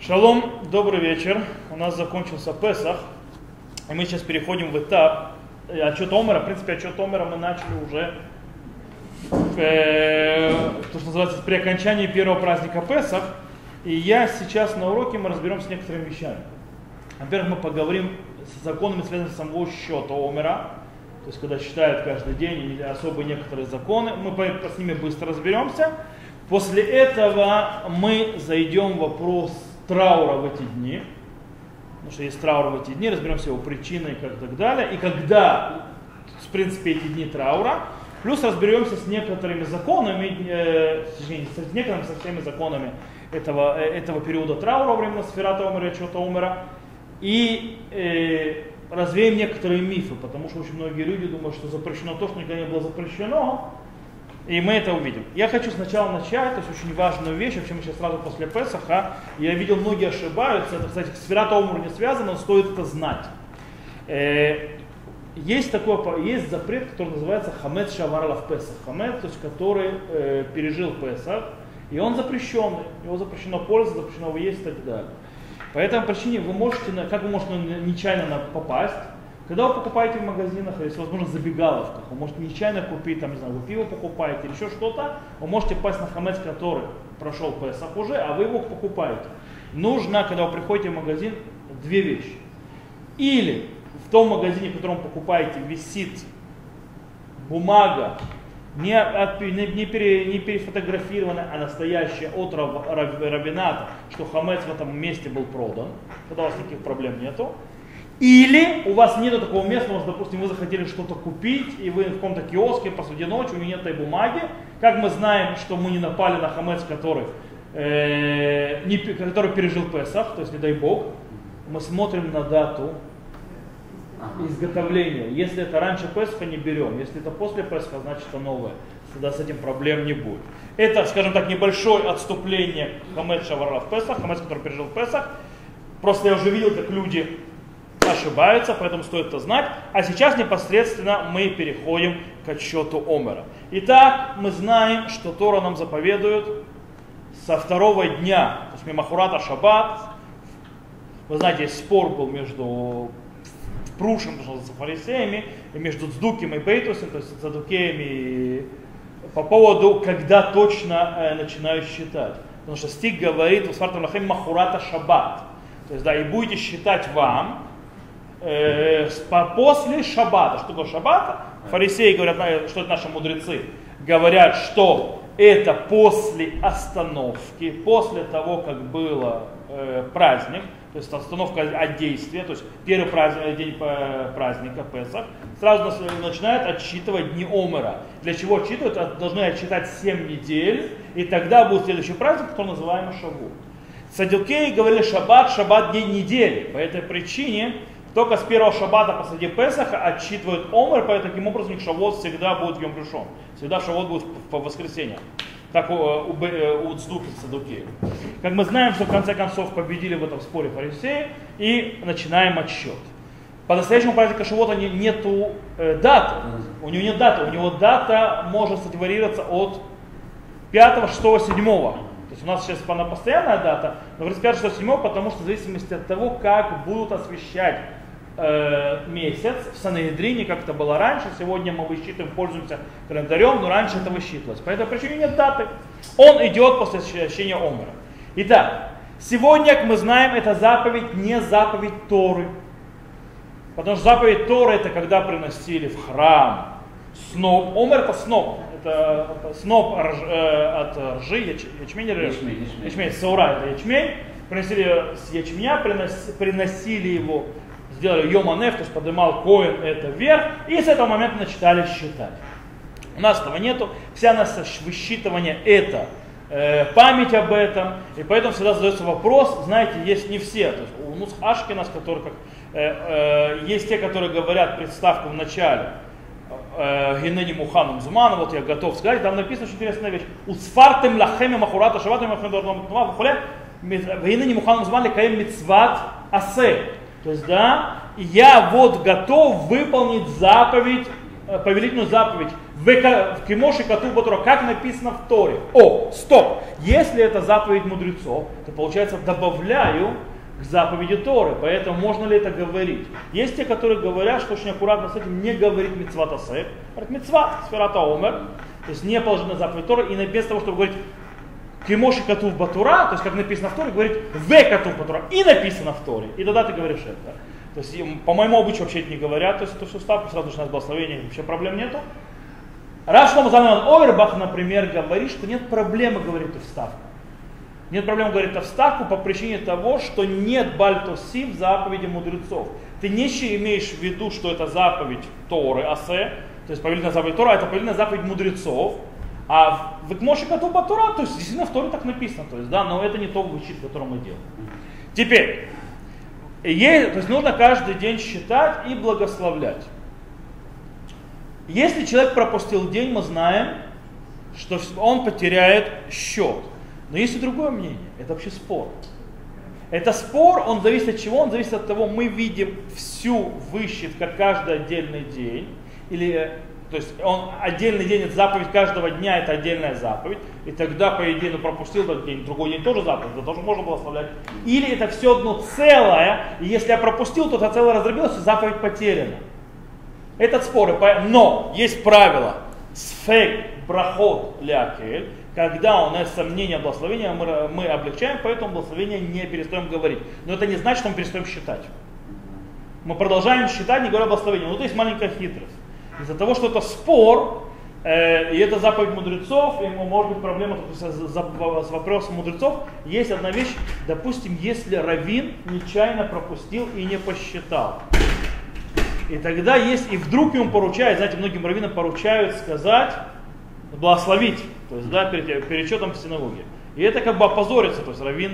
Шалом, добрый вечер. У нас закончился Песах, и мы сейчас переходим в этап отчета Омера. В принципе, отчет Омера мы начали уже, то, что называется, при окончании первого праздника Песах. И сейчас на уроке мы разберемся с некоторыми вещами. Во-первых, мы поговорим с законами, связанными с самого счета Омера. То есть, когда считают каждый день, особые некоторые законы, мы с ними быстро разберемся. После этого мы зайдем в вопрос траура в эти дни. Потому что есть траур в эти дни, разберемся его причиной и так далее. И когда, в принципе, эти дни траура. Плюс разберемся с некоторыми законами, с некоторыми со всеми законами этого периода траура, времени Сфирата Омера и отчета Омера. И развеем некоторые мифы, потому что очень многие люди думают, что запрещено то, что никогда не было запрещено, и мы это увидим. Я хочу сначала начать, то есть очень важную вещь, вообще мы сейчас сразу после Песаха, я видел, многие ошибаются, это, кстати, с Сфират Омер не связано, но стоит это знать. Есть запрет, который называется Хамец Шавар в Песах, Хамец, то есть который пережил Песах, и он запрещенный, его запрещено пользоваться, запрещено его есть и так далее. По этой причине как вы можете нечаянно попасть, когда вы покупаете в магазинах, если возможно в забегаловках, вы можете нечаянно купить, там, не знаю, вы пиво покупаете или еще что-то, вы можете попасть на хамец, который прошел Песах уже, а вы его покупаете. Нужно, когда вы приходите в магазин, две вещи. Или в том магазине, в котором покупаете, висит бумага, не перефотографированная, а настоящая от раввината, что хамец в этом месте был продан, тогда у вас никаких проблем нету. Или у вас нету такого места, у вас, допустим, вы захотели что-то купить, и вы в каком-то киоске посреди ночи, у него нет этой бумаги. Как мы знаем, что мы не напали на хамец, который пережил Песах, то есть не дай бог, мы смотрим на дату изготовления. Если это раньше Песаха, не берем. Если это после Песаха, значит это новое. Тогда с этим проблем не будет. Это, скажем так, небольшое отступление хамец Шавара в Песах, хамец, который пережил Песах. Просто я уже видел, как люди ошибаются, поэтому стоит это знать. А сейчас непосредственно мы переходим к отчету Омера. Итак, мы знаем, что Тора нам заповедует со второго дня, то есть мимахурата шаббат. Вы знаете, спор был между Прушем, с фарисеями, и между Цдуким и Бейтусом, то есть Цадукеями, по поводу, когда точно начинают считать. Потому что стих говорит, «Усфартам лахем махурата шаббат». То есть, да, и будете считать вам после шаббата. Что такое шаббата? Фарисеи говорят, что это наши мудрецы, говорят, что это после остановки, после того, как был праздник, то есть остановка от действия, то есть первый день праздника, Песах, сразу начинают отсчитывать дни Омера. Для чего отсчитывают? Должны отсчитать 7 недель, и тогда будет следующий праздник, который называемый Шавуот. Саддукеи говорили шаббат день недели. По этой причине только с первого шаббата посреди Песаха отсчитывают Омер, поэтому таким образом Шавуот всегда будет Йом Ришон. Всегда Шавуот будет по воскресеньям. Так у Цдуки, Саддукеев. Как мы знаем, что в конце концов победили в этом споре фарисеи, и начинаем отсчет. По настоящему празднику Шавуота нету даты. У него нет даты. У него дата может, кстати, варьироваться от 5, 6, 7. То есть у нас сейчас постоянная дата, но в 5, 6, 7, потому что в зависимости от того, как будут освещать месяц в Санхедрине, как это было раньше. Сегодня мы высчитываем, пользуемся календарем, но раньше это высчитывалось. По этой причине нет даты. Он идет после освящения Омера. Итак, сегодня, как мы знаем, это заповедь, не заповедь Торы. Потому что заповедь Торы — это когда приносили в храм сноп. Омер — это сноп. Это сноп от ржи, ячмень, ячмень, саура — это ячмень. Приносили с ячменя, приносили его, сделали йоманеф, то есть поднимал коэн это вверх, и с этого момента начали считать. У нас этого нету, вся наше высчитывание это память об этом, и поэтому всегда задается вопрос, знаете, есть не все, то есть у Нусх Ашкеназ, которые есть те, которые говорят представку в начале, Генени Муханом Зумана, вот я готов сказать, там написано очень интересная вещь, «Усфартем лахеми махурата шаватем махем дордом вхуле, Генени Муханом Зумана каем мицват асе». То есть, да, я вот готов выполнить заповедь, повелительную заповедь, В Кимоши Катув Батура, как написано в Торе. О, стоп! Если это заповедь мудрецов, то получается добавляю к заповеди Торы. Поэтому можно ли это говорить? Есть те, которые говорят, что очень аккуратно с этим не говорить мицват асеф. Говорит мицва, сферата омер. То есть не положено заповедь Торы. И вместо того, чтобы говорить Кимоши Катув Батура, то есть как написано в Торе, говорить В Катув Батура. И написано в Торе. И тогда ты говоришь это. То есть по моему обычаю вообще это не говорят. То есть это все ставка, сразу начинается благословение, вообще проблем нету. Рав Шломо Залман Ойербах, например, говорит, что нет проблемы говорить эту вставку. Нет проблем говорить эту вставку по причине того, что нет бальтоси в заповеди мудрецов. Ты не имеешь в виду, что это заповедь Торы, асе, то есть повелительная заповедь Тора, а это повелительная заповедь мудрецов. А в Кимоши Катув Батура, то есть действительно в Торе так написано, то есть, да, но это не то вычит, который мы делаем. Теперь, то есть нужно каждый день считать и благословлять. Если человек пропустил день, мы знаем, что он потеряет счет. Но есть и другое мнение, это вообще спор. Это спор, он зависит от чего? Он зависит от того, мы видим всю высчет как каждый отдельный день, или, то есть он отдельный день, это заповедь каждого дня, это отдельная заповедь, и тогда, по идее, пропустил этот день, другой день тоже заповедь, это тоже можно благословлять. Или это все одно целое, и если я пропустил, то это целое раздробилось, и заповедь потеряна. Этот спор, но есть правило, сфек брахот лякель, когда у нас сомнения благословения, мы облегчаем, поэтому благословение не перестаем говорить. Но это не значит, что мы перестаем считать. Мы продолжаем считать, не говоря о благословении. Но тут есть маленькая хитрость. Из-за того, что это спор, и это заповедь мудрецов, и может быть проблема с вопросом мудрецов, есть одна вещь, допустим, если раввин нечаянно пропустил и не посчитал. И тогда есть, и вдруг ему поручают, знаете, многим раввинам поручают сказать, благословить, то есть, да, перед счетом в синагоге. И это как бы опозорится, то есть раввин,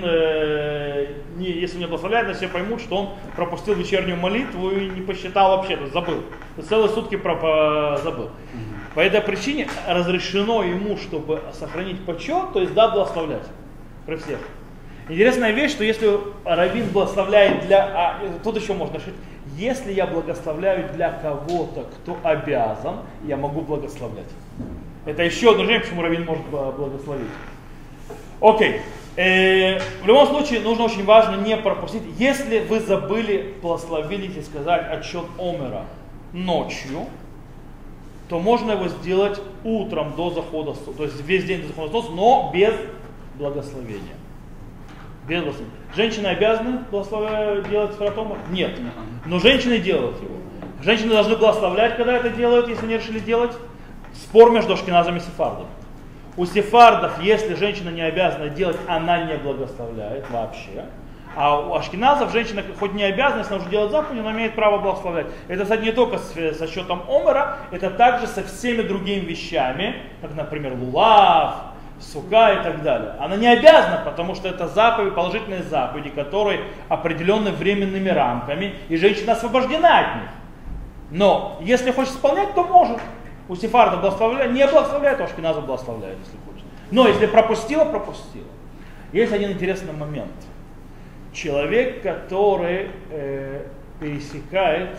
если не благословляет, то все поймут, что он пропустил вечернюю молитву и не посчитал вообще, то есть забыл. То есть целые сутки забыл. По этой причине разрешено ему, чтобы сохранить почет, то есть да, благословлять при всех. Интересная вещь, что если раввин благословляет тут еще можно решить, если я благословляю для кого-то, кто обязан, я могу благословлять. Это еще одно решение, почему раввин может благословить. Окей. В любом случае, нужно очень важно не пропустить. Если вы забыли благословить и сказать отчет омера ночью, то можно его сделать утром до захода солнца, то есть весь день до захода солнца, но без благословения. Без благословения. Женщины обязаны делать сферат омер? Нет. Но женщины делают его. Женщины должны благословлять, когда это делают, если не решили делать. Спор между ашкеназами и сефардами. У сефардов, если женщина не обязана делать, она не благословляет вообще. А у ашкеназов женщина хоть не обязана, если она уже делает заповедь, она имеет право благословлять. Это, кстати, не только со счетом омера, это также со всеми другими вещами, как, например, лулав, сука и так далее. Она не обязана, потому что это заповеди, положительные заповеди, которые определены временными рамками, и женщина освобождена от них. Но если хочет исполнять, то может. У сефарда благословляет, не благословляет, а ашкеназов благословляет, если хочет. Но если пропустила. Есть один интересный момент. Человек, который пересекает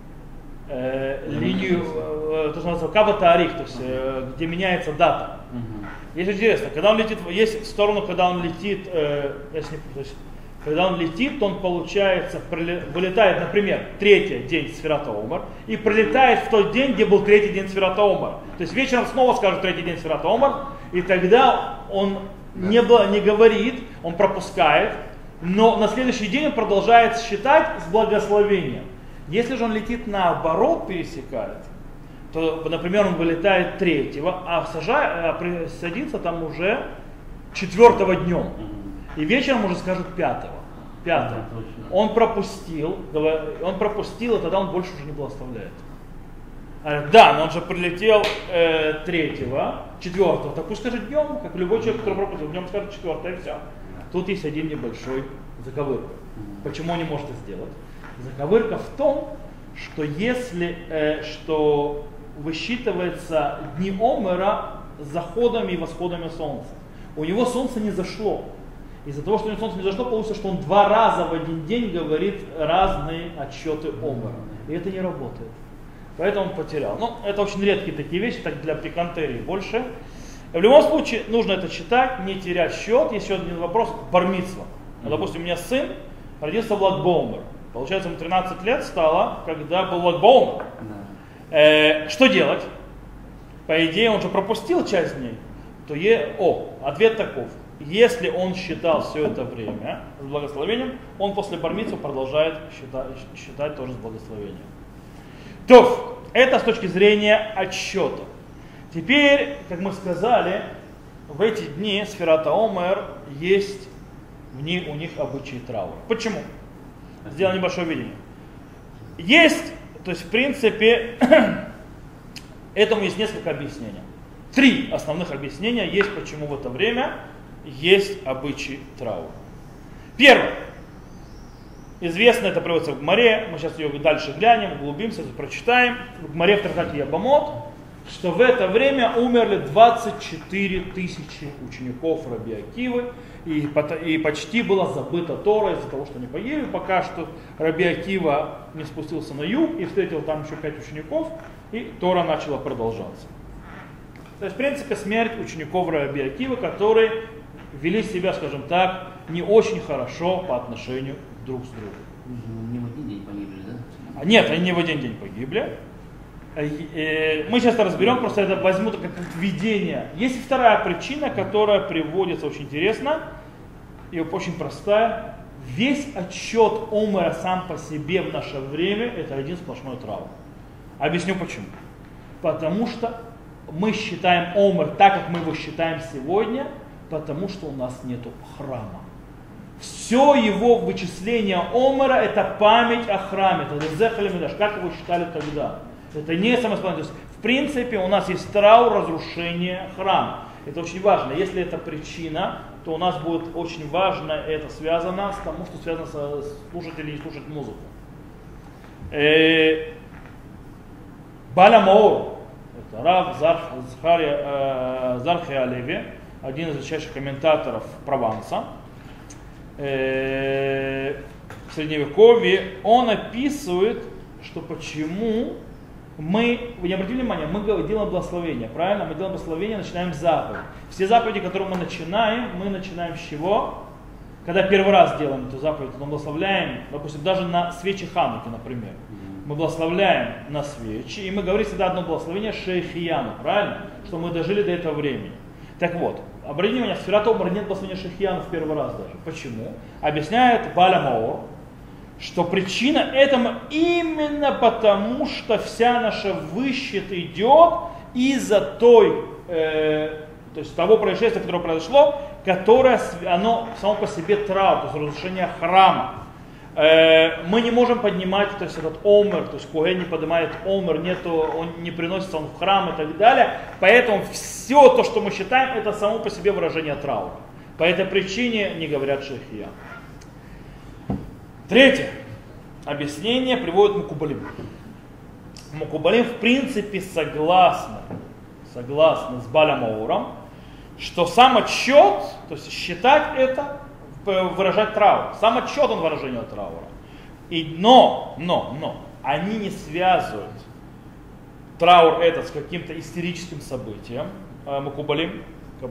линию, то, что называется кава-таарих, то есть где меняется дата. Есть интересно, когда он летит, есть в сторону, когда он летит, когда он летит, то он, получается, вылетает, например, третий день сферата омер и прилетает в тот день, где был третий день сферата омер. То есть вечером снова скажет третий день сферата омер, и тогда он не говорит, он пропускает, но на следующий день он продолжает считать с благословением. Если же он летит наоборот, пересекает, то, например, он вылетает третьего, а садится там уже четвертого днем. И вечером уже скажут пятого. Он пропустил, и тогда он больше уже не благословляет. Да, но он же прилетел третьего, четвертого, так пусть скажет днем, как любой человек, который пропустил, днем скажет четвертое, и все. Тут есть один небольшой заковырка. Почему он не может это сделать? Заковырка в том, что что высчитывается дни омера с заходами и восходами солнца. У него солнце не зашло. Из-за того, что у него солнце не зашло, получится, что он 2 раза в один день говорит разные отсчеты омера. И это не работает. поэтому он потерял. Ну, это очень редкие такие вещи, так для пикантерии больше. В любом случае, нужно это читать, не терять счет. Есть еще один вопрос, бар-мицва. Допустим, у меня сын родился в Лагбаумер. Получается, ему 13 лет стало, когда был Лагбаумер. Что делать? По идее, он же пропустил часть дней. То ответ таков. Если он считал все это время с благословением, он после бар-мицвы продолжает считать тоже с благословением. То, это с точки зрения отсчета. Теперь, как мы сказали, в эти дни Сфирата Омер есть у них обычаи траура. Почему? Сделал небольшое видение. Есть, то есть в принципе, этому есть несколько объяснений. 3 основных объяснения есть, почему в это время есть обычаи траура. Первое. Известно, это приводится в Гмаре, мы сейчас ее дальше глянем, углубимся, прочитаем. В Гмаре в трактате Ябамот, что в это время умерли 24 тысячи учеников Раби Акивы, и почти была забыта Тора из-за того, что они поели, пока что Раби Акива не спустился на юг и встретил там еще 5 учеников, и Тора начала продолжаться. То есть, в принципе, смерть учеников Раби Акивы, которые вели себя, скажем так, не очень хорошо по отношению друг с другом. Не в один день погибли, да? Нет, они не в один день погибли. Мы сейчас разберем, просто это возьму как введение. Есть вторая причина, которая приводится очень интересно и очень простая. Весь отсчет Омера сам по себе в наше время это один сплошной траур. Объясню почему. Потому что мы считаем Омер так, как мы его считаем сегодня, потому что у нас нет храма. Все его вычисление Омера это память о храме, это Лезехалемидаш, как его считали тогда. Это не самостоятельно. То есть, в принципе, у нас есть траур разрушения храма. Это очень важно. Если это причина, то у нас будет очень важно это связано с тому, что связано с слушать или не слушать музыку. Баля Маор, это Рав Зархи Алеви, один из величайших комментаторов Прованса, в Средневековье, он описывает, что почему вы не обратили внимания, мы делаем благословение, правильно? Мы делаем благословение, начинаем с заповедей. Все заповеди, которые мы начинаем с чего? Когда первый раз делаем эту заповедь, то мы благословляем, допустим, даже на свечи Хануки, например. Мы благословляем на свечи, и мы говорим всегда одно благословение Шейхияну, правильно? Что мы дожили до этого времени. Так вот, обратите внимание, в Сфират Омер нет благословения Шейхияну в первый раз даже. Почему? Объясняет Баля Маор, что причина этому именно потому, что вся наша высчет идет из-за то есть того происшествия, которое произошло, которое оно само по себе траур, то есть разрушение храма. Мы не можем поднимать, то есть этот омер, то есть Коэн не поднимает омер, он не приносится он в храм и так далее. Поэтому все то, что мы считаем, это само по себе выражение траура. По этой причине не говорят Шейхиян. Третье объяснение приводит Мукубалим. Мукубалим в принципе согласны с Баля Маором, что сам отсчет, то есть считать это, выражать траур. Сам отсчет он выражение траура. Но они не связывают траур этот с каким-то истерическим событием, Мукубалим.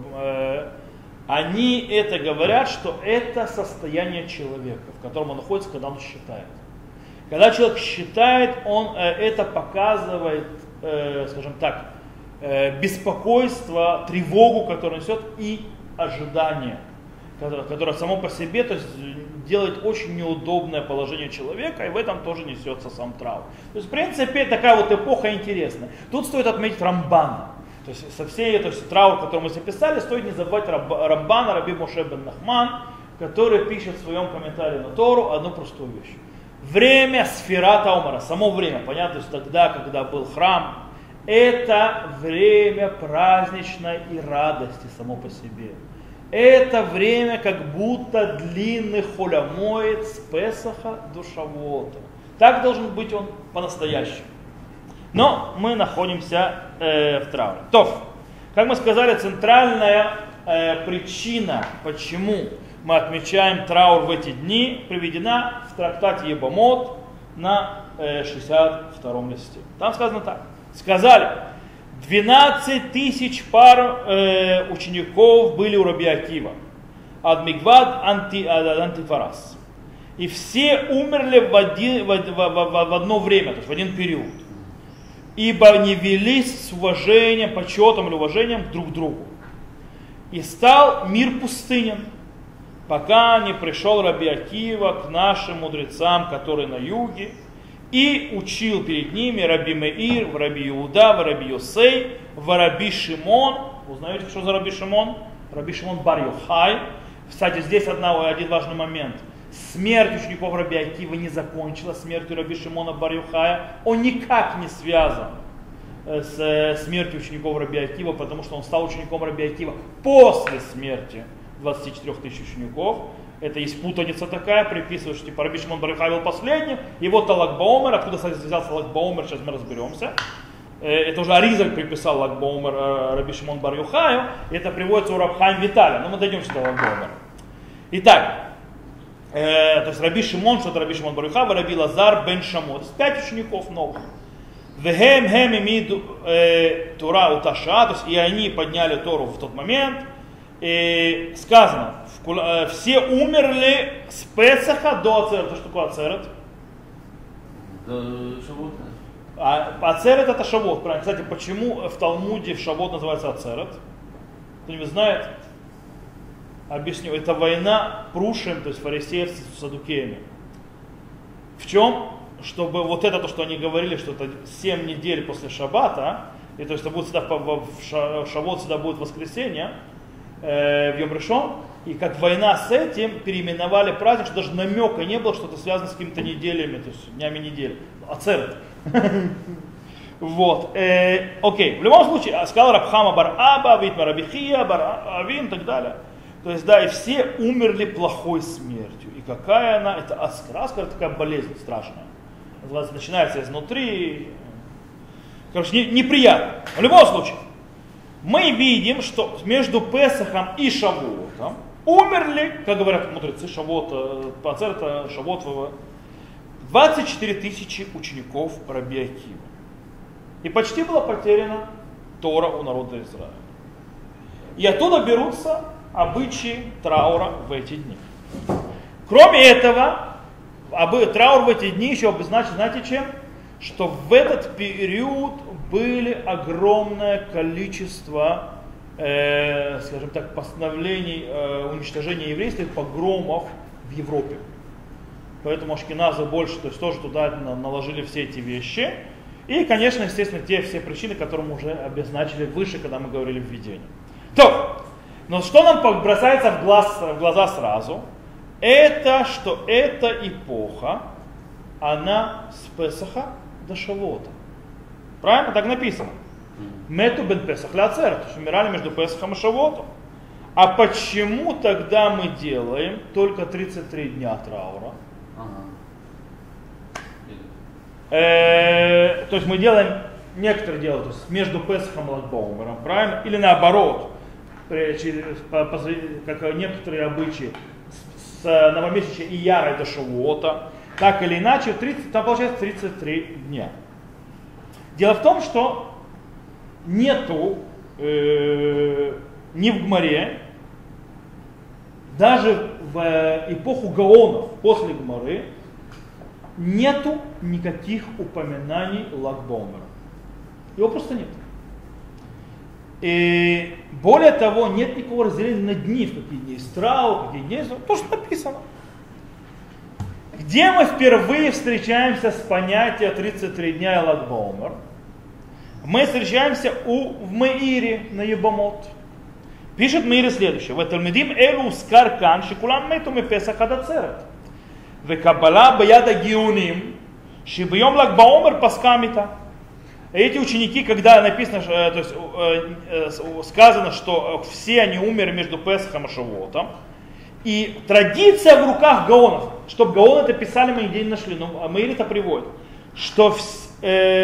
Они это говорят, что это состояние человека, в котором он находится, когда он считает. Когда человек считает, он это показывает, скажем так, беспокойство, тревогу, которую несет, и ожидание, которое само по себе, то есть, делает очень неудобное положение человека, и в этом тоже несется сам траур. То есть, в принципе, такая вот эпоха интересная. Тут стоит отметить Рамбана. То есть со всей этой траур, который мы записали, стоит не забывать Рамбана, Раби Моше бен Нахман, который пишет в своем комментарии на Тору одну простую вещь. Время Сфирата Омера, само время, понятно, то есть тогда, когда был храм, это время праздничной и радости само по себе. Это время как будто длинный холямоид с Песаха до Шавуота. Так должен быть он по-настоящему. Но мы находимся в трауре. То, как мы сказали, центральная причина, почему мы отмечаем траур в эти дни, приведена в трактате Ебамот. на 62 листе. Там сказано так. Сказали, 12 тысяч пар учеников были у Раби Акива. Ад Мигвад Антифарас. И все умерли в одно время, то есть в один период. Ибо не велись с уважением, почетом или уважением друг к другу. И стал мир пустынен, пока не пришел Раби Акива к нашим мудрецам, которые на юге, и учил перед ними Раби Меир, в Раби Иуда, в Раби Йосей, в Раби Шимон. Узнаете, что за Раби Шимон? Раби Шимон бар Йохай. Кстати, здесь один важный момент. Смерть учеников Раби Акивы не закончилась смертью Раби Шимона бар Йохая. Он никак не связан с смертью учеников Раби Акива, потому что он стал учеником Раби Акива после смерти 24 тысяч учеников. Это есть путаница такая, приписывают, что типа Раби Шимон бар Йохай был последним, и вот Лаг Баомер, откуда взялся Лаг Баомер, сейчас мы разберемся. Это уже Аризаль приписал Лаг Баомер Раби Шимон бар Йохаю, и это приводится у Раб Хаим Виталя, но мы дойдем до Лаг Баомера. Итак, то есть Раби Шимон, что это Раби Шимон бар Йохай, Раби Лазар бен Шамот, 5 учеников новых. Вехем имид Тура уташа, то есть и они подняли Тору в тот момент. И сказано, все умерли с Песаха до Ацерета. Что такое Ацерет? До Шавота. Ацерет это Шавот, правильно. Кстати, почему в Талмуде в Шавот называется Ацерет? Кто-нибудь знает? Объясню. Это война Прушим, то есть фарисеев с садукеями. В чем? Чтобы вот это то, что они говорили, что это 7 недель после Шаббата, и то есть это будет всегда в Шавот всегда будет воскресенье, в Йом Ришон, и как война с этим переименовали праздник, что даже намека не было, что это связано с какими-то неделями, то есть днями недели. Ацерет. Вот. Окей. В любом случае, сказал Рабхама бар Аба, Витма Рабихия, бар Авин и так далее. То есть, да, и все умерли плохой смертью. И какая она? Это аскра, такая болезнь страшная. Называется, начинается изнутри. Короче, неприятно. В любом случае, мы видим, что между Песахом и Шавуотом умерли, как говорят мудрецы, Шавуот, Ацерета, Шавуот, 24 тысячи учеников Раби Акивы. И почти была потеряна Тора у народа Израиля. И оттуда берутся обычаи траура в эти дни. Кроме этого, траур в эти дни еще обозначен, знаете чем? Что в этот период были огромное количество, скажем так, постановлений уничтожения еврейства и погромов в Европе. Поэтому ашкеназы больше, то есть тоже туда наложили все эти вещи. И, конечно, естественно, те все причины, которые мы уже обозначили выше, когда мы говорили в введении. То, но что нам бросается в глаза сразу, это что эта эпоха, она с Песаха до Шавуота. Правильно? Так написано. Мету бен Песах ля Ацерет, то есть умирали между Песахом и Шавуотом. А почему тогда мы делаем только 33 дня траура? То есть мы делаем, некоторые делают, то есть между Песахом и Лаг Баумером, правильно? Или наоборот, как некоторые обычаи, с новомесяча Ияра до Шавуота. Так или иначе, там получается 33 дня. Дело в том, что нету ни в Гмаре, даже в эпоху Гаонов после Гмары, нету никаких упоминаний Лаг Баумера. Его просто нет. И более того, нет никакого разделения на дни, в какие дни есть траур, какие дни есть, то, что написано. Где мы впервые встречаемся с понятием 33 дня и Лаг Баумер? Мы встречаемся в Меире на Ебамот. Пишет Меире следующее. Ваталмидим элу скар кан шикулам мету мепесах ад ацерет. Векаббала баяда гиуним шибьем Лаг Баумер паскамита. Эти ученики, когда написано, то есть сказано, что все они умерли между Песахом и Шавуотом, и традиция в руках гаонов, чтобы гаоны это писали, мы нигде не нашли, но Меир это приводит, что в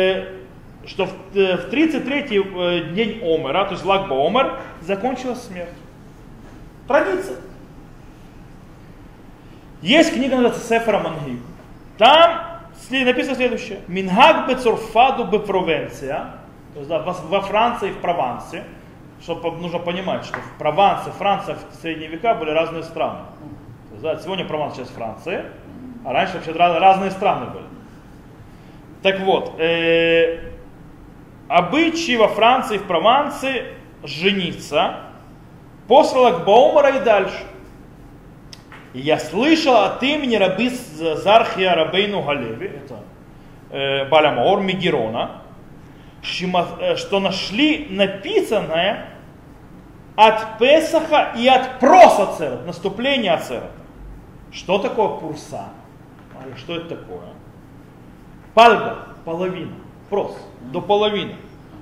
33-й день Омера, то есть Лаг Баумер, закончилась смерть. Традиция. Есть книга, называется Сефер Мангиб. Там написано следующее. Минхаг бецурфаду бепровенция, то есть да, во Франции и в Провансе, чтобы нужно понимать, что в Провансе, Франция в средние века были разные страны. То есть, да, сегодня Прованс, сейчас Франция, а раньше вообще разные страны были. Так вот, обычаи во Франции и в Провансе жениться после Лагбаумера и дальше. И я слышал от имени раби Зархия Рабейну Галеви, это Баля Маор Мегерона, что нашли написанное от Песаха и от прос Ацерет, наступления Ацерета. Что такое Пурса? Что это такое? Пальга, половина, прос, до половины.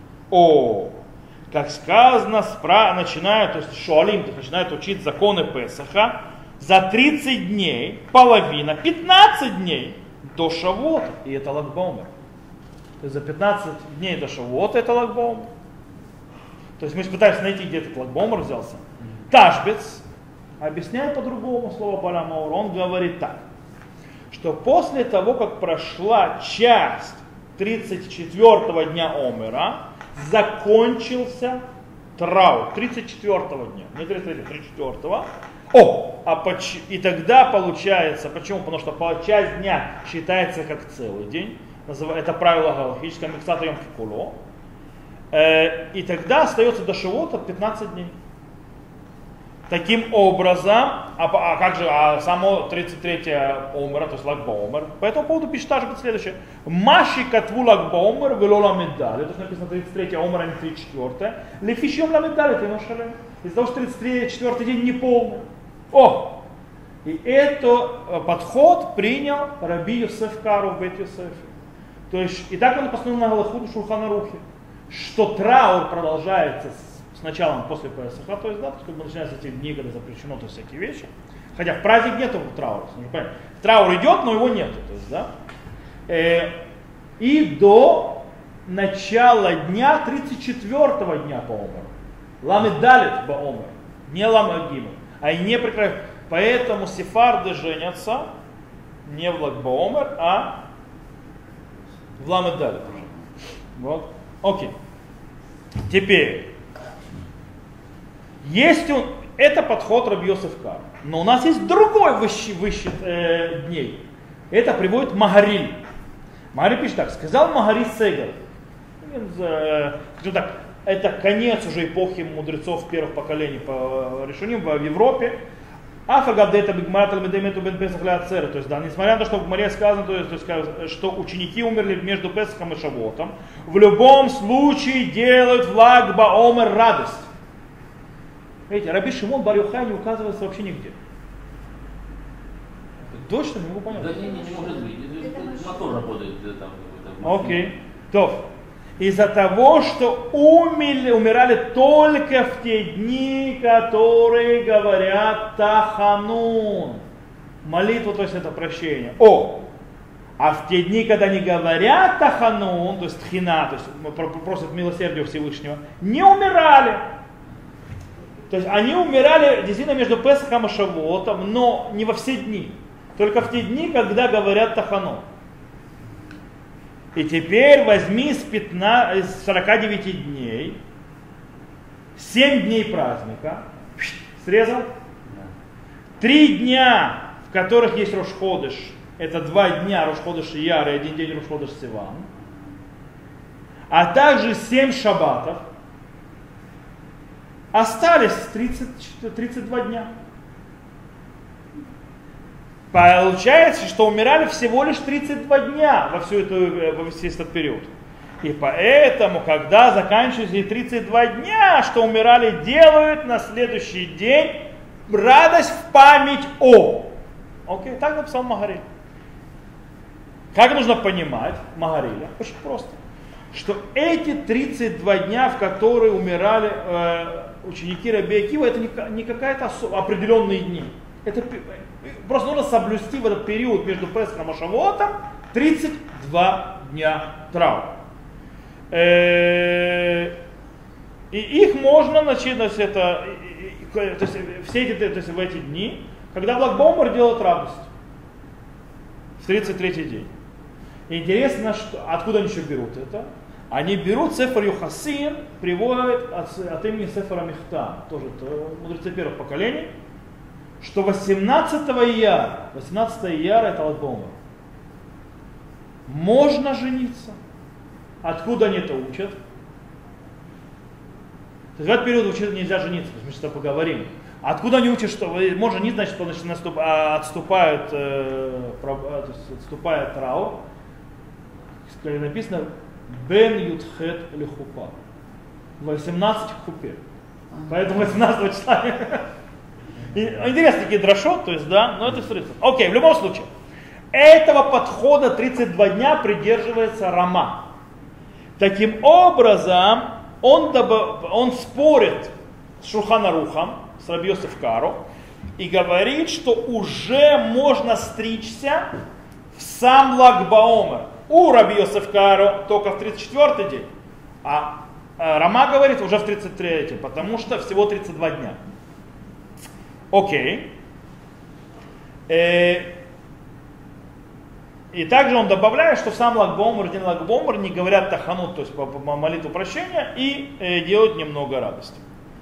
Как сказано, начинают, то есть Шуалим начинают учить законы Песаха за 30 дней, половина, 15 дней до Шавуота, и это Лагбаумер. То есть за 15 дней до Шавуота это Лагбаумер. То есть мы пытаемся найти, где этот Лагбаумер взялся. Ташбец объясняет по-другому слово Баля Маор, он говорит так, что после того, как прошла часть 34-го дня Омера, закончился траур 34-го дня, не 33-го, 34-го. И тогда получается, почему? Потому что часть дня считается как целый день, это правило галахическое, миксата йом кикуло, и тогда остается до Шавуота 15 дней. Таким образом, как же само 33-е Омера, то есть Лагбаумер, по этому поводу пишет Ташбет следующее. Маши катву Лагбаумер вело ламедали, то есть написано 33-е Омера, а не 34-е. Лефишьем ламедали, ты машале. Из-за того, что 34-й день не полный. И этот подход принял раби Йосеф Кару в Бейт Йосефе. То есть, и так он постановил на Галаху Шулхан Арухе, что траур продолжается с началом после Песаха, то есть, да, то есть, как бы начинаются эти дни, когда запрещено, то есть всякие вещи. Хотя в праздник нету траура. Траур идет, но его нету. То есть, да. И до начала дня 34-го дня по Омеру. Ламедалит ба Омер, не Ламагиму, а не прекращают. Поэтому сефарды женятся не в Лагбаумер, а в Ламедалит уже. Вот. Окей. Теперь. Это подход раби Йосеф Кар. Но у нас есть другой высший дней. Это приводит Магариль. Магариль пишет так. Сказал Магари Сегер. Скажем так, это конец уже эпохи мудрецов первых поколений по решениям в Европе. Афагадета бигматал медемету бен Песах ля-ацера. То есть, да, несмотря на то, что в Гмаре сказано, то есть, что ученики умерли между Песахом и Шавуотом, в любом случае делают в Лаг ба-Омер радость. Видите, раби Шимон бар Йохай не указывается вообще нигде. Точно не могу понять. Да не может быть. Мотор работает там. Окей. То. Из-за того, что умирали только в те дни, которые говорят Таханун. Молитву, то есть это прощение. А в те дни, когда не говорят Таханун, то есть Тхина, то есть просят милосердия Всевышнего, не умирали. То есть они умирали действительно между Песахом и Шавуотом, но не во все дни. Только в те дни, когда говорят Таханун. И теперь возьми из 49 дней 7 дней праздника, срезал, 3 дня, в которых есть Рош-Ходеш, это 2 дня Рош-Ходеш Ияр и 1 день Рош-Ходеш Сиван, а также 7 шаббатов, остались 32 дня. Получается, что умирали всего лишь 32 дня во весь этот период. И поэтому, когда заканчиваются эти 32 дня, что умирали, делают на следующий день радость в память о. Окей, так написал Магариль. Как нужно понимать Магариля? Очень просто. Что эти 32 дня, в которые умирали ученики раби Акива, это не какая-то определенные дни. Это просто нужно соблюсти в этот период между Песхом и Шавуотом 32 дня траура. И их можно начать, то есть все эти, то есть в эти дни, когда в Лагбаумер делают радость. В 33-й день. Интересно, что, откуда они еще берут это? Они берут Сефер Йохасин, приводят от имени Сефера Михтам, тоже мудрецы первых поколений, что 18 ияра это Лаг Баомер. Можно жениться. Откуда они это учат? В этот период учат нельзя жениться, мы сейчас поговорим. Откуда они учат, что можно жениться, значит, что отступает траур. Как написано, Бен Ютхет Лехупа. 18 хупе. Поэтому 18 числа. Интересно, такие дрошот, то есть, да, но это история. Окей, в любом случае. Этого подхода 32 дня придерживается Рама. Таким образом, он спорит с Шулхан Арухом, с Раби Йосеф Каро, и говорит, что уже можно стричься в сам Лаг Баомер. У Раби Йосеф Каро только в 34-й день, а Рама говорит уже в 33-й, потому что всего 32 дня. Окей. И также он добавляет, что в сам Лаг Баомер, день Лаг Баомер не говорят таханут, то есть по молитву прощения, и делают немного радости.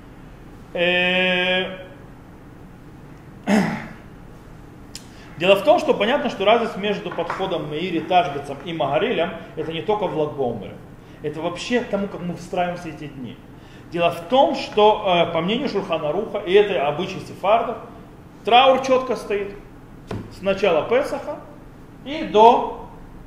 Дело в том, что понятно, что разница между подходом Меири, Ташбецом и Магарилем это не только в Лаг Баомере. Это вообще тому, как мы встраиваемся эти дни. Дело в том, что по мнению Шулхан Аруха, и это обычай сефардов, траур четко стоит с начала Песаха и до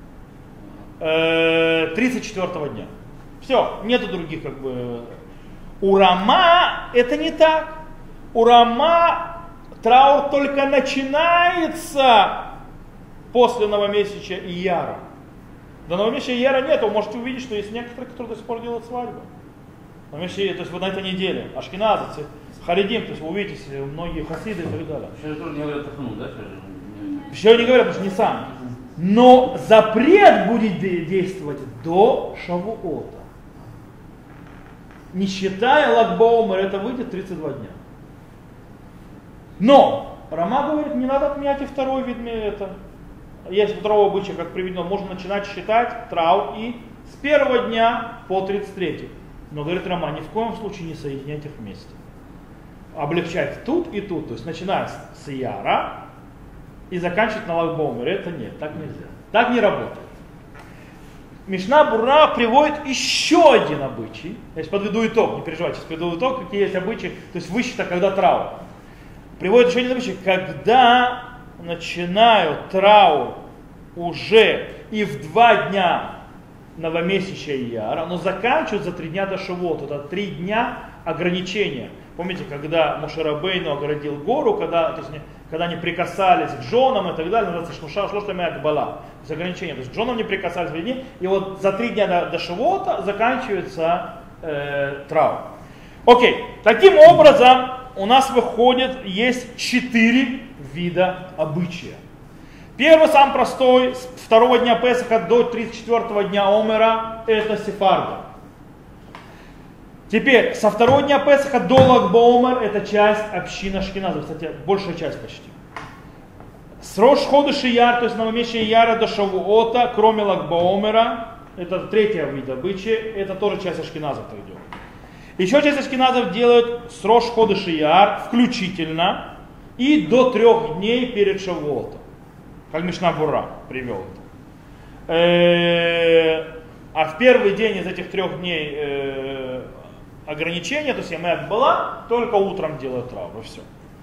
34-го дня. Все, нету других как бы. У Рама это не так. У Рама траур только начинается после новомесяча Ияра. До новомесяча Ияра нет, вы можете увидеть, что есть некоторые, которые до сих пор делают свадьбу. То есть вот на этой неделе, ашкеназовцы, харидим, то есть вы увидите многие хасиды и так далее. Сейчас тоже не говорят таханут, да? Еще не говорят, потому что не сами. Но запрет будет действовать до Шавуота. Не считая Лаг Баомер, это выйдет 32 дня. Но Рама говорит, не надо отменять и второй вид это. Есть второго обычая, как приведено, можно начинать считать траур и с первого дня по 33. Но говорит Рама, ни в коем случае не соединять их вместе. Облегчать тут и тут, то есть начинать с Ияра и заканчивать на Лаг Баомере. Это нет, так нельзя. Так не работает. Мишна Бура приводит еще один обычай. Я сейчас подведу итог, не переживайте, сейчас подведу итог, какие есть обычаи, то есть высчитать, когда траур. Приводит еще один обычай, когда начинают траур уже и в 2 дня новомесяча Ияра, но заканчивают за 3 дня до Шавуота. Это 3 дня ограничения. Помните, когда Моше Рабейну оградил гору, когда не прикасались к женам и так далее, называется шлоштами акбала, то есть ограничения. То есть к женам не прикасались в дни, и вот за 3 дня до Шавуота заканчивается траур. Окей, таким образом у нас выходит, есть 4 вида обычая. Первый, самый простой, с 2 дня Песаха до 34 дня Омера, это сефарды. Теперь, со 2 дня Песаха до Лаг Баомер, это часть общины ашкеназов, кстати, большая часть почти. С Рош Ходеш Ияр, то есть новомесяча Ияра до Шавуота, кроме Лаг Баомера, это 3 вид обычая, это тоже часть ашкеназов так делает. Еще часть ашкеназов делают с Рош Ходеш Ияр включительно и до 3 дней перед Шавуотом. Как Мишна Бура привел это. А в первый день из этих 3 дней ограничения, то есть Ямэ была, только утром делают траур, и все.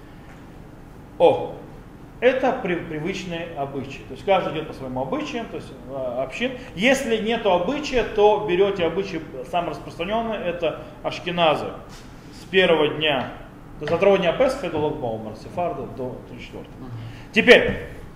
Это привычные обычаи. То есть каждый идет по своему обычаям, то есть общин. Если нет обычая, то берете обычай самый распространенный, это ашкеназы с 1 дня, то есть от 2 дня Песаха до Лаг Баомер, сефарды до 34. Теперь,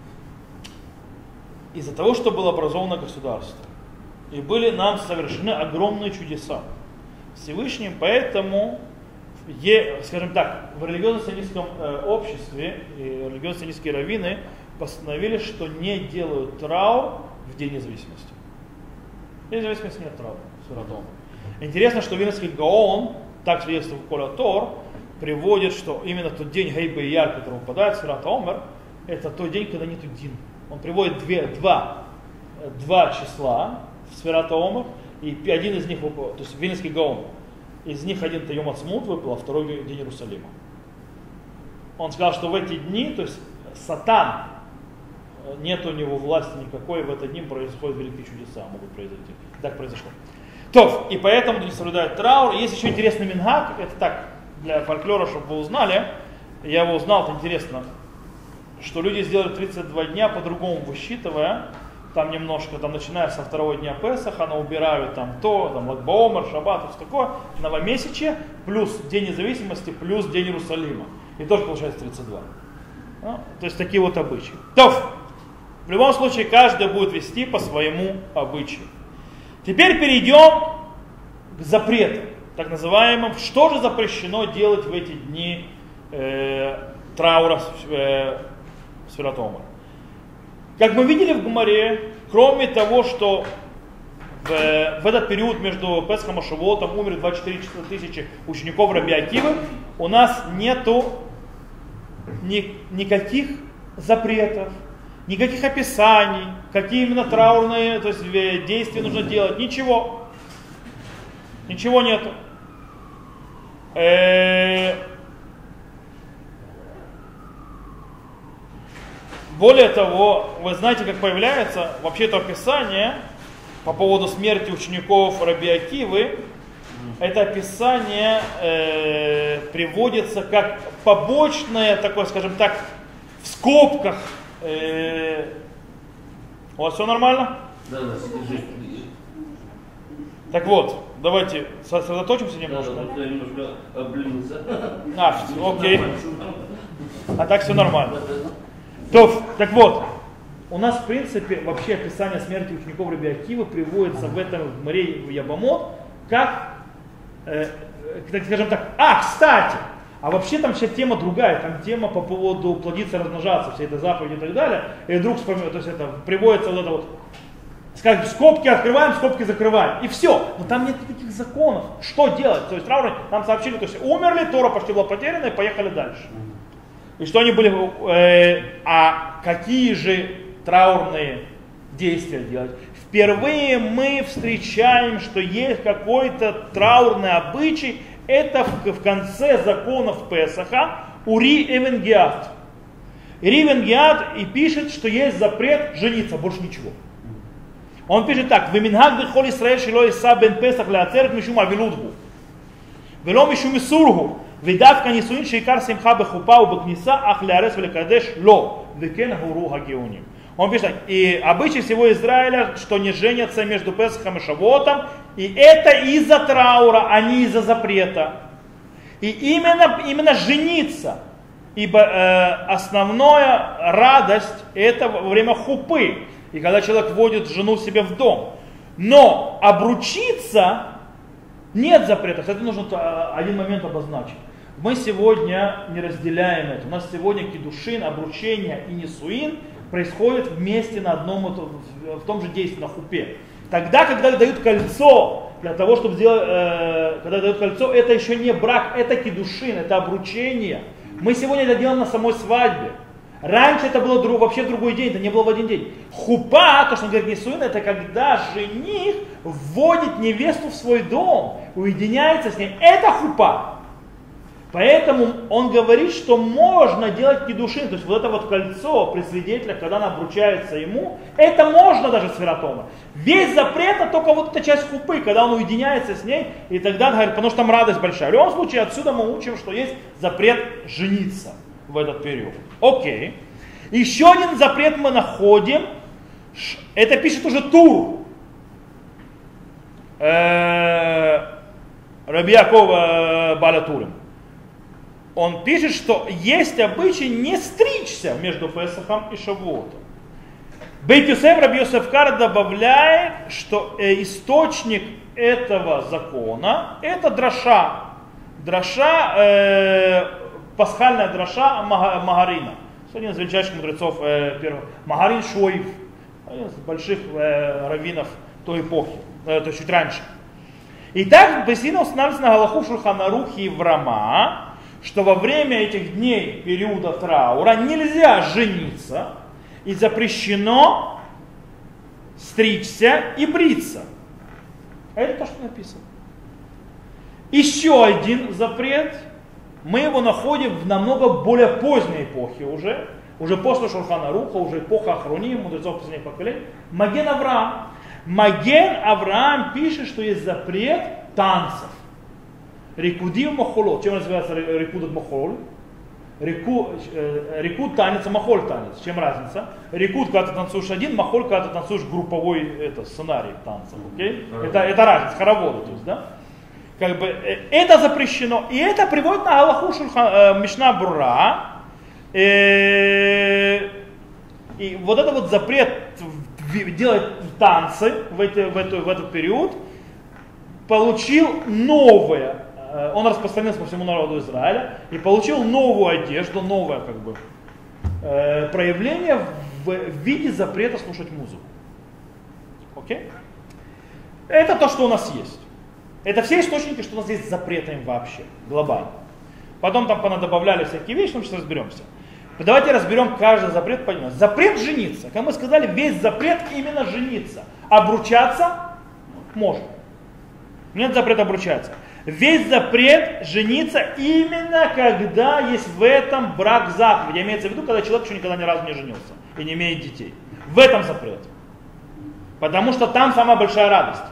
из-за того, что было образовано государство, и были нам совершены огромные чудеса Всевышним, поэтому, скажем так, в религиозно-сионистском обществе и религиозно-сионистские раввины постановили, что не делают траур в День независимости. В День независимости нет траура. Интересно, что Вильнюсский Гаон, так свидетельствует Коля Тор, приводит, что именно тот день Гейба и Яр, который выпадает в Сфират Омер, это тот день, когда нету Дин. Он приводит два 2 числа в Сфират ха-Омер, и один из них выпал, то есть Вильнинский Гаон, из них один-то Йом Ацмут выпал, а второй день Иерусалима. Он сказал, что в эти дни, то есть Сатан, нет у него власти никакой, в этот дни происходят великие чудеса, могут произойти. Так произошло. То, и поэтому не соблюдают траур. Есть еще интересный мингаг, это так, для фольклора, чтобы вы узнали. Я его узнал, это интересно, что люди сделали 32 дня по-другому высчитывая. Там немножко, там начиная со 2-го дня Песаха, она убирают там то, там Lag BaOmer, Шаббат, все такое, новомесячие, плюс День независимости, плюс День Иерусалима. И тоже получается 32. Ну, то есть такие вот обычаи. То, в любом случае, каждый будет вести по своему обычаю. Теперь перейдем к запретам, так называемым. Что же запрещено делать в эти дни траура Сфират ха-Омер? Как мы видели в Гемаре, кроме того, что в этот период между Песхом и Шавуотом умерли 24 тысячи учеников Раби Акивы, у нас нету никаких запретов, никаких описаний, какие именно траурные, то есть действия нужно делать, ничего. Ничего нету. Более того, вы знаете, как появляется вообще это описание по поводу смерти учеников Раби Акивы. Это описание приводится как побочное, такое, скажем так, в скобках. У вас все нормально? Да, держи. Так вот, давайте сосредоточимся немножко. Да, я немножко облился. Окей. А так все нормально. Так вот, у нас в принципе вообще описание смерти учеников Раби Акивы приводится в этом в Гемаре в Ябамот как, скажем так, кстати, а вообще там вся тема другая, там тема по поводу плодиться, размножаться, все это заповеди и так далее, и вдруг вспоминаю, то есть это приводится вот это вот, скажем, скобки открываем, скобки закрываем, и все, но там нет никаких законов, что делать, то есть трауры нам сообщили, то есть умерли, Тора почти была потеряна и поехали дальше. И что они были, а какие же траурные действия делать? Впервые мы встречаем, что есть какой-то траурный обычай, это в конце законов Песаха, Ури Эвенгиат. Ури Эвенгиат и пишет, что есть запрет жениться, больше ничего. Он пишет так: «Веминхаг бехол Исраэль шело иса бен Песах леацерет мишум авилудгу, вело мишум исургу, ודווקא נישואין שעיקר שמחה בחופה ובכניסה, אך להרס ולקדש לא, וכן הורו הגאונים». Он пишет так: и обычай всего Израиля, что не женятся между Песахом и Шавуотом, и это из-за траура, а не из-за запрета. И именно жениться, ибо основная радость это во время хупы, и когда человек вводит жену себе в дом. Но обручиться нет запрета, кстати, нужно один момент обозначить. Мы сегодня не разделяем это. У нас сегодня кидушин, обручение и нисуин происходят вместе на одном, в том же действии, на хупе. Тогда, когда дают кольцо, для того, чтобы сделать, когда дают кольцо, это еще не брак, это кидушин, это обручение. Мы сегодня это делаем на самой свадьбе. Раньше это было вообще в другой день, это не было в один день. Хупа, то, что он говорит нисуин, это когда жених вводит невесту в свой дом, уединяется с ней. Это хупа. Поэтому он говорит, что можно делать кидушин, то есть вот это вот кольцо при свидетелях, когда она обручается ему, это можно даже с Сфират ха-Омер. Весь запрет это только вот эта часть хупы, когда он уединяется с ней, и тогда говорит, потому что там радость большая. В любом случае отсюда мы учим, что есть запрет жениться в этот период. Окей. Еще один запрет мы находим, это пишет уже Тур. Раби Яков Бааля Турим. Он пишет, что есть обычай не стричься между Песахом и Шавуотом. Бейт Йосеф, Раби Йосеф Кар добавляет, что источник этого закона это драша. Драша, пасхальная драша Магарина. Один из величайших мудрецов первого. Магарин Шуаив. Один из больших раввинов той эпохи, то есть чуть раньше. И так Бесина устанавливается на Галаху в Шулхан Арухе и в Рама, что во время этих дней периода траура нельзя жениться и запрещено стричься и бриться. Это то, что написано. Еще один запрет, мы его находим в намного более поздней эпохе уже после Шулхан Аруха, уже эпоха Ахроним, мудрецов последних поколений. Маген Авраам. Маген Авраам пишет, что есть запрет танцев. Рикудив махолот. Чем называется рикуд от махол? Рикуд танец, а махоль танец. Чем разница? Рикуд, когда ты танцуешь один, махоль, когда ты танцуешь групповой сценарий танцев. Okay? Это разница, хороводы. То есть, да? Как бы, это запрещено. И это приводит на Галаху Мишна Брура. И вот это вот запрет делать танцы в этот период получил новое. Он распространился по всему народу Израиля и получил новую одежду, новое как бы, проявление в виде запрета слушать музыку. Окей? Это то, что у нас есть. Это все источники, что у нас есть с запретами вообще, глобально. Потом там понадобавляли всякие вещи, мы сейчас разберемся. Давайте разберем каждый запрет. Запрет жениться. Как мы сказали, весь запрет именно жениться. Обручаться можно. Нет запрета обручаться. Весь запрет жениться именно когда есть в этом брак заповедь. Имеется в виду, когда человек еще никогда ни разу не женился и не имеет детей. В этом запрет. Потому что там самая большая радость.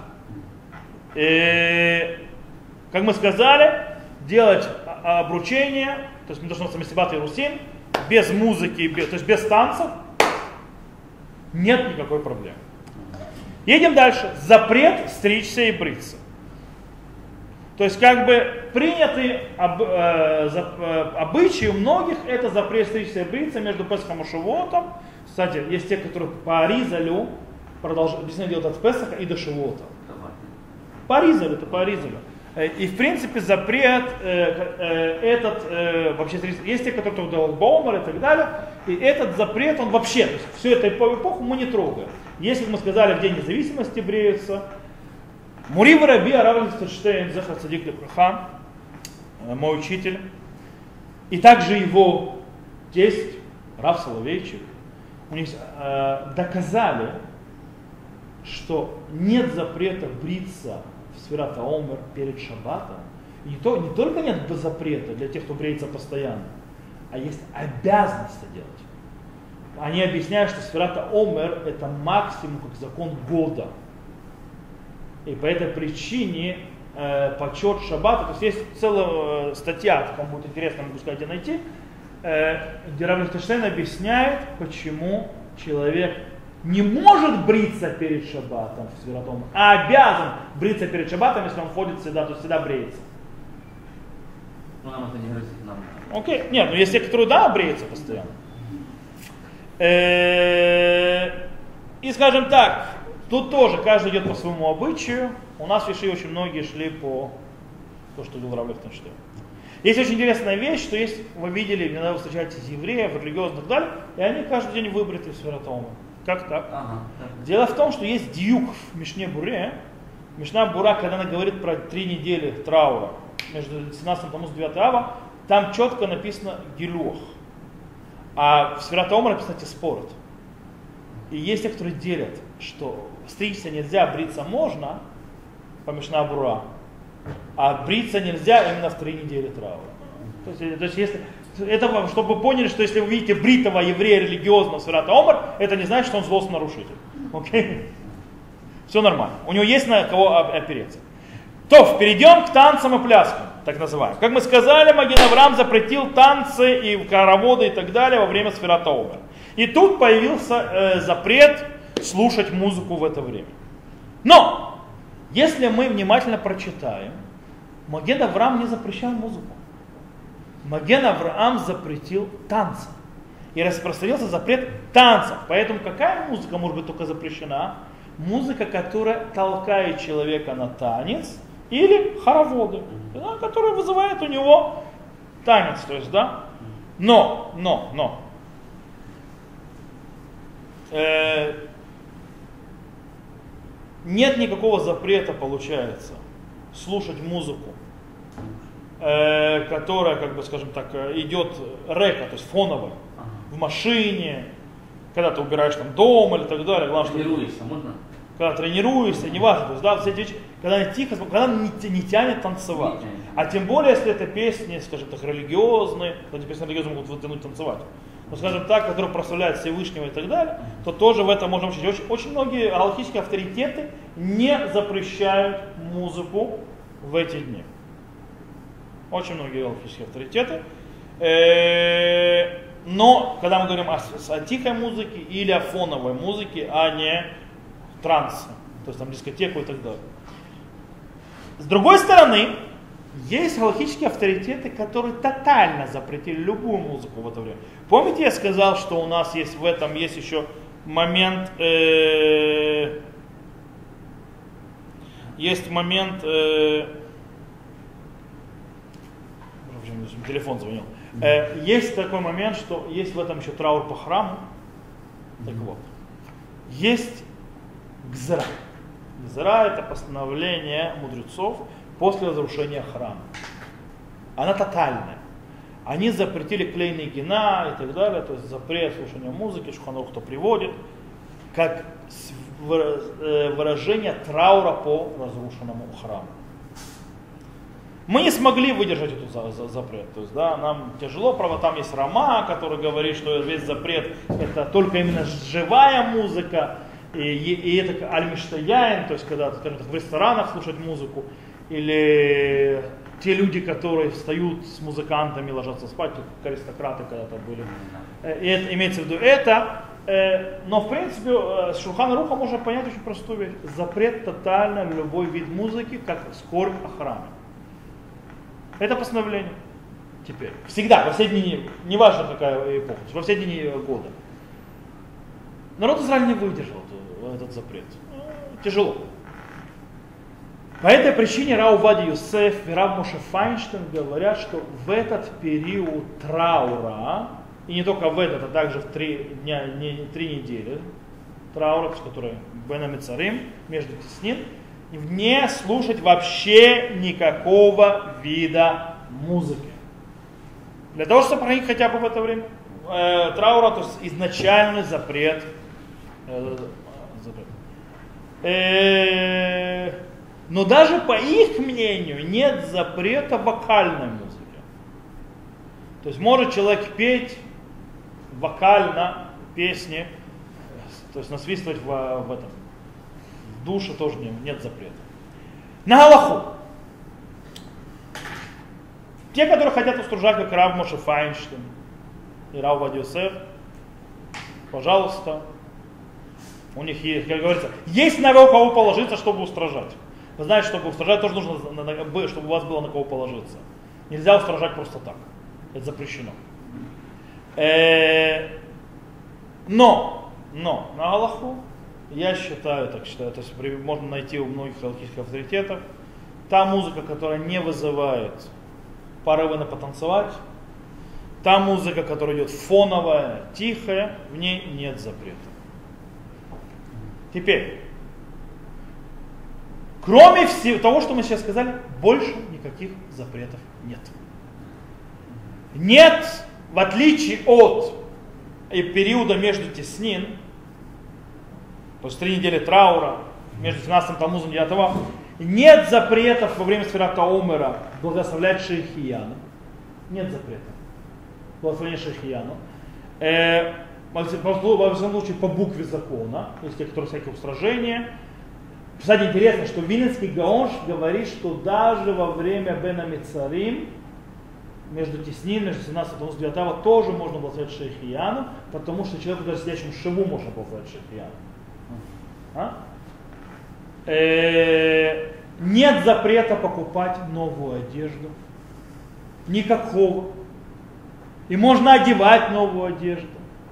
И, как мы сказали, делать обручение, то есть мы должны Месибат Иерусалим, без музыки, то есть без танцев, нет никакой проблемы. Едем дальше. Запрет стричься и бриться. То есть как бы принятый обычай у многих это запрет стричься и бриться между Песхом и Шивотом. Кстати, есть те, которые по Аризалю объясняют делать от Песаха и до Шивота. По Аризалю, это по Аризалю. И в принципе запрет вообще есть те, которые делают Боумер и так далее. И этот запрет, он вообще, то есть всю эту эпоху мы не трогаем. Если мы сказали, в День независимости бреются, Мурив Раби Арав Лихтенштейн, Зехар Цадик Лепрахан, мой учитель, и также его тесть, Рав Соловейчик, у них доказали, что нет запрета бриться в Сфират ха-Омер перед Шаббатом. И не только нет запрета для тех, кто бреется постоянно, а есть обязанность это делать. Они объясняют, что Сфират ха-Омер это максимум как закон года. И по этой причине почет Шаббата, то есть есть целая статья, кому будет интересно, могу сказать, где найти, где Рав Лихтенштейн объясняет, почему человек не может бриться перед Шаббатом в Сфират ха-Омер, а обязан бриться перед Шаббатом, если он ходит всегда, то всегда бреется. Ну нам это не грозит, нам. Окей, нет, но есть те, которые да, бреются постоянно. И скажем так, тут тоже каждый идет по своему обычаю. У нас в Иши очень многие шли по то, что делал Рав Лихтенштейн. Есть очень интересная вещь, что есть, вы видели, иногда вы встречаетесь евреев, религиозных и так далее, и они каждый день выбриты в Сфират ха-Омер. Как так? Дело в том, что есть дьюк в Мишне Буре. Мишна Бура, когда она говорит про 3 недели траура между 17 Таммуз и 9 Ава, там четко написано гилух. А в Сфират ха-Омер написано тиспорот. И есть те, которые делят, что стричься нельзя, бриться можно, по Мишна Бура, а бриться нельзя именно в 3 недели траура. То есть если, это, чтобы вы поняли, что если вы видите бритого еврея религиозного в Сфират ха-Омер, это не значит, что он злостный нарушитель. Окей? Все нормально. У него есть на кого опереться. То, перейдем к танцам и пляскам, так называемым. Как мы сказали, Маген Авраам запретил танцы и хороводы и так далее во время Сфират ха-Омер. И тут появился запрет слушать музыку в это время. Но, если мы внимательно прочитаем, Маген Авраам не запрещал музыку. Маген Авраам запретил танцы. И распространился запрет танцев. Поэтому какая музыка может быть только запрещена? Музыка, которая толкает человека на танец, или хороводы, да, которая вызывает у него танец. То есть, да? Но. Нет никакого запрета, получается, слушать музыку, которая, как бы, скажем так, идет река, то есть фоновая, в машине, Когда ты убираешь там дом или так далее, главное, что Тренируешься, можно? когда тренируешься, неважно, то есть, да, все эти вещи, когда они тихо, когда не тянет танцевать. А тем более, если это песни, скажем так, религиозные, то эти песни религиозные могут вытянуть танцевать. Но, скажем так, которые прославляют Всевышнего и так далее, то тоже в этом можно учить. Очень многие галахические авторитеты не запрещают музыку в эти дни. Очень многие галахические авторитеты. Но, когда мы говорим о тихой музыке или о фоновой музыке, а не трансе, то есть там дискотеку и так далее. С другой стороны, есть галахические авторитеты, которые тотально запретили любую музыку в это время. Помните, я сказал, что у нас есть в этом есть еще момент, телефон звонил. Есть такой момент, что есть в этом еще траур по храму. Так вот, есть гзера. Гзера — это постановление мудрецов после разрушения храма. Она тотальная. Они запретили клейные гина и так далее, то есть запрет слушания музыки, Шулхан Арух кто приводит, как выражение траура по разрушенному храму. Мы не смогли выдержать этот запрет. То есть, да, нам тяжело, правда, там есть Рама, который говорит, что весь запрет это только именно живая музыка, и это аль-миштаяин, то есть когда, скажем так, в ресторанах слушать музыку, или те люди, которые встают с музыкантами, ложатся спать, как аристократы когда-то были. И это, имеется в виду это. Но в принципе с Шулхан Аруха можно понять очень простую вещь. Запрет тотально на любой вид музыки, как скорбь о храме. Это постановление. Теперь. Всегда, во все дни, неважно какая эпоха, во все дни года. Народ Израиля не выдержал этот запрет. Тяжело. По этой причине Рав Овадия Йосеф и Рав Моше Файнштейн говорят, что в этот период траура, и не только в этот, а также в 3 недели траура, которые Бен Амицарим, между Теснин, не слушать вообще никакого вида музыки. Для того, чтобы сохранить хотя бы в это время траура, то есть изначальный запрет. Но даже по их мнению нет запрета вокальной музыки. То есть может человек петь вокально песни, то есть насвистывать в этом. В душе тоже нет запрета. На галаху. Те, которые хотят устражать, как Рав Моше Файнштейн и Рав Овадия Йосеф, пожалуйста, у них есть, как говорится, есть на кого положиться, чтобы устражать. Вы знаете, чтобы устражать, тоже нужно, чтобы у вас было на кого положиться. Нельзя устражать просто так. Это запрещено. Но на галаху, я считаю, то есть можно найти у многих галахических авторитетов, та музыка, которая не вызывает порывы на потанцевать, та музыка, которая идет фоновая, тихая, в ней нет запрета. Теперь, кроме всего того, что мы сейчас сказали, больше никаких запретов нет. Нет, в отличие от периода между Теснин, то есть 3 недели траура, между 17 Тамузом и 9 Ава, нет запретов во время Сфирата Омера благословлять Шейхияну. Нет запретов. Благословение Шейхияну. Во всяком случае, по букве закона, то есть те, которые всякие устражения. Кстати, интересно, что Виленский Гаон говорит, что даже во время Бен Амицарим, между Теснин, между 17 и 9 Ава, тоже можно благословлять Шейхияну, потому что человеку, даже сидящему шиву, можно благословлять Шейхияну. Нет запрета покупать новую одежду. Никакого. И можно одевать новую одежду.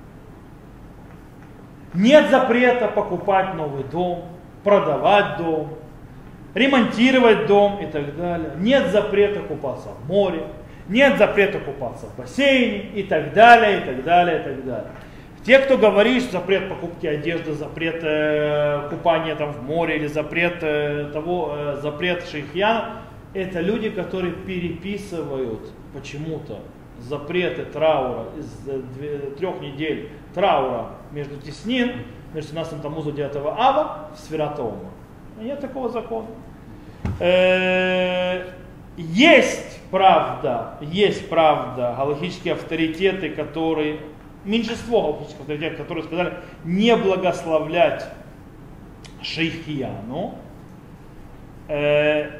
Нет запрета покупать новый дом, продавать дом, ремонтировать дом и так далее. Нет запрета купаться в море. Нет запрета купаться в бассейне и так далее, и так далее, и так далее. Те, кто говорит, что запрет покупки одежды, запрет купания там в море или запрет запрет шейхияна, это люди, которые переписывают почему-то запреты траура из 3 недель траура между теснин, между 17 Тамуза и 9 Ава в Сфират ха-Омер. Нет такого закона. Есть правда, галахические авторитеты, которые, меньшинство галахических авторитетов, которые сказали не благословлять шейхияну, то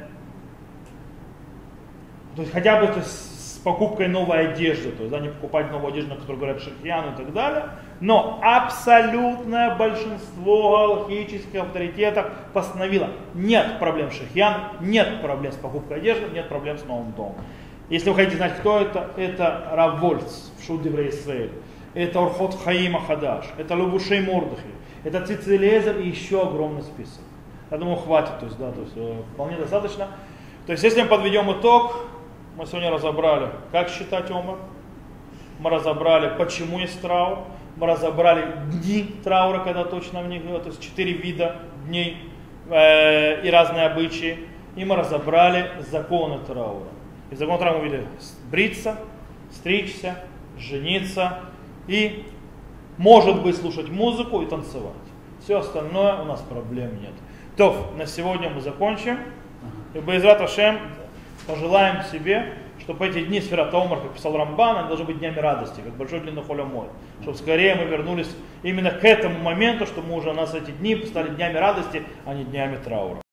есть хотя бы с покупкой новой одежды, то есть не покупать новую одежду, на которую говорят шейхияну и так далее, но абсолютное большинство галахических авторитетов постановило, нет проблем с шейхиян, нет проблем с покупкой одежды, нет проблем с новым домом. Если вы хотите знать, кто это Рав Вольц в Шут Деврей Исраэль, это Орхот Хаим ха-Хадаш, это Левушей Мордехи, это Цици Элиэзер и еще огромный список. Я думаю, хватит, то есть вполне достаточно. То есть, если мы подведем итог, мы сегодня разобрали, как считать омер, мы разобрали, почему есть траур, мы разобрали дни траура, когда точно в них, то есть 4 вида дней и разные обычаи, и мы разобрали законы траура. И закон траура мы видели бриться, стричься, жениться и, может быть, слушать музыку и танцевать. Все остальное у нас проблем нет. То, на сегодня мы закончим. И Бе'эзрат Ашем пожелаем себе, чтобы эти дни Сфират ха-Омер, как писал Рамбан, они должны быть днями радости, как большой длинный холь ха-Моэд. Чтобы скорее мы вернулись именно к этому моменту, что мы уже у нас эти дни стали днями радости, а не днями траура.